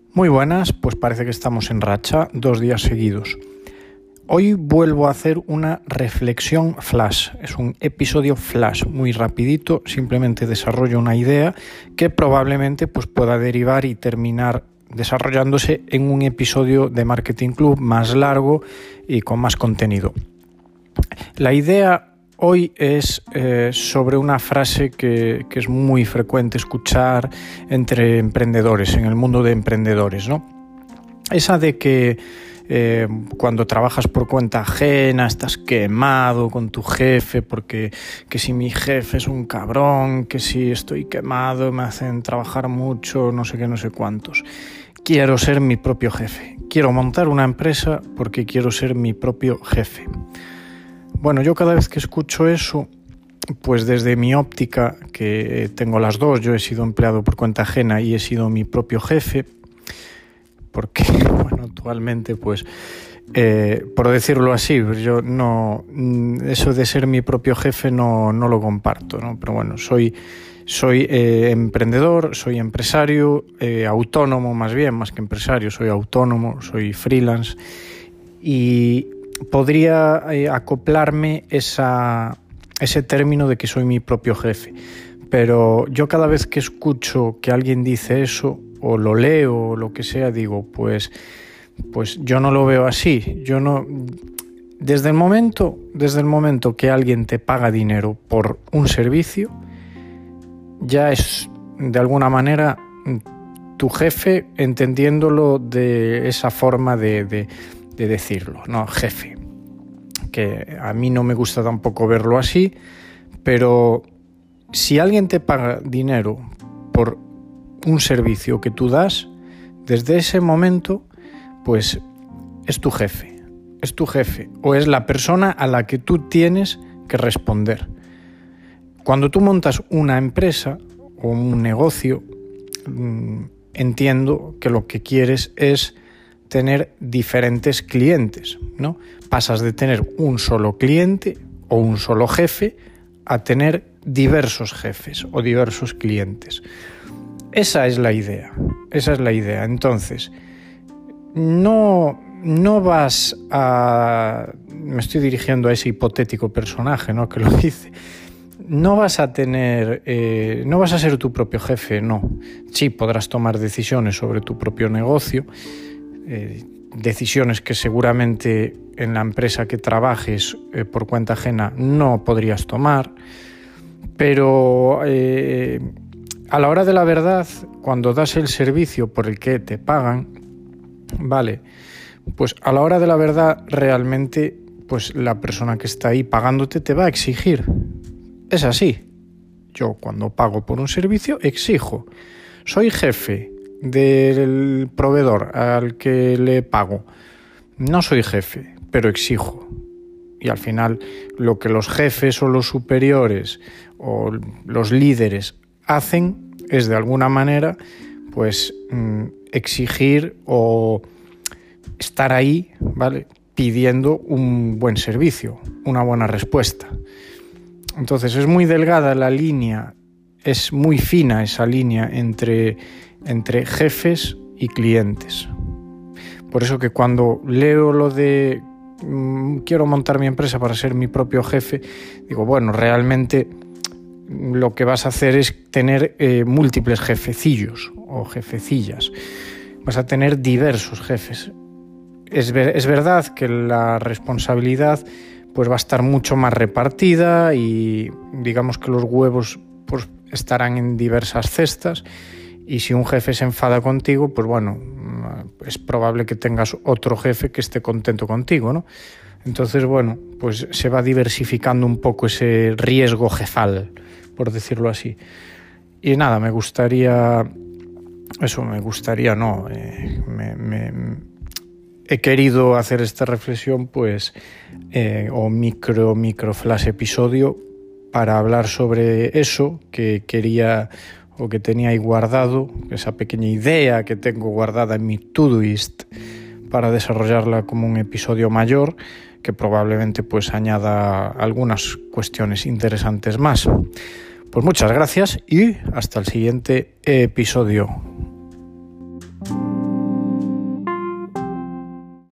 Muy buenas, pues parece que estamos en racha 2 días seguidos. Hoy vuelvo a hacer una reflexión flash, es un episodio flash muy rapidito, simplemente desarrollo una idea que probablemente pues, pueda derivar y terminar desarrollándose en un episodio de Marketing Club más largo y con más contenido. La idea hoy es sobre una frase que es muy frecuente escuchar entre emprendedores, en el mundo de emprendedores, ¿no? Esa de que cuando trabajas por cuenta ajena estás quemado con tu jefe porque que si mi jefe es un cabrón, que si estoy quemado, me hacen trabajar mucho, no sé qué, no sé cuántos. Quiero ser mi propio jefe. Quiero montar una empresa porque quiero ser mi propio jefe. Bueno, yo cada vez que escucho eso, pues desde mi óptica, que tengo las dos, yo he sido empleado por cuenta ajena y he sido mi propio jefe, porque, bueno, actualmente, pues, por decirlo así, yo no, eso de ser mi propio jefe no lo comparto, ¿no? Pero bueno, soy emprendedor, soy empresario, autónomo más bien, más que empresario, soy autónomo, soy freelance y podría acoplarme ese término de que soy mi propio jefe, pero yo cada vez que escucho que alguien dice eso o lo leo o lo que sea, digo, pues yo no lo veo así. Yo no, desde el momento que alguien te paga dinero por un servicio, ya es de alguna manera tu jefe, entendiéndolo de esa forma de decirlo, ¿no? Jefe, que a mí no me gusta tampoco verlo así, pero si alguien te paga dinero por un servicio que tú das, desde ese momento, pues es tu jefe o es la persona a la que tú tienes que responder. Cuando tú montas una empresa o un negocio, entiendo que lo que quieres es tener diferentes clientes, ¿no? Pasas de tener un solo cliente o un solo jefe a tener diversos jefes o diversos clientes. Esa es la idea. Entonces, no vas a... Me estoy dirigiendo a ese hipotético personaje, ¿no?, que lo dice. No vas a ser tu propio jefe, no. Sí, podrás tomar decisiones sobre tu propio negocio, decisiones que seguramente en la empresa que trabajes por cuenta ajena no podrías tomar, pero a la hora de la verdad, cuando das el servicio por el que te pagan, vale, pues a la hora de la verdad realmente pues la persona que está ahí pagándote te va a exigir. Es así. Yo cuando pago por un servicio exijo. Soy jefe del proveedor al que le pago. No soy jefe, pero exijo. Y al final lo que los jefes o los superiores o los líderes hacen es de alguna manera pues exigir o estar ahí, ¿vale?, pidiendo un buen servicio, una buena respuesta. Entonces es muy delgada la línea, es muy fina esa línea entre jefes y clientes. Por eso que cuando leo lo de quiero montar mi empresa para ser mi propio jefe, digo, bueno, realmente lo que vas a hacer es tener múltiples jefecillos o jefecillas. Vas a tener diversos jefes. Es verdad que la responsabilidad pues va a estar mucho más repartida y digamos que los huevos pues estarán en diversas cestas, y si un jefe se enfada contigo, pues bueno, es probable que tengas otro jefe que esté contento contigo, ¿no? Entonces, bueno, pues se va diversificando un poco ese riesgo jefal, por decirlo así. Y nada, he querido hacer esta reflexión, pues, o micro flash episodio para hablar sobre eso que quería o que tenía ahí guardado, esa pequeña idea que tengo guardada en mi Todoist para desarrollarla como un episodio mayor, que probablemente pues añada algunas cuestiones interesantes más. Pues muchas gracias y hasta el siguiente episodio.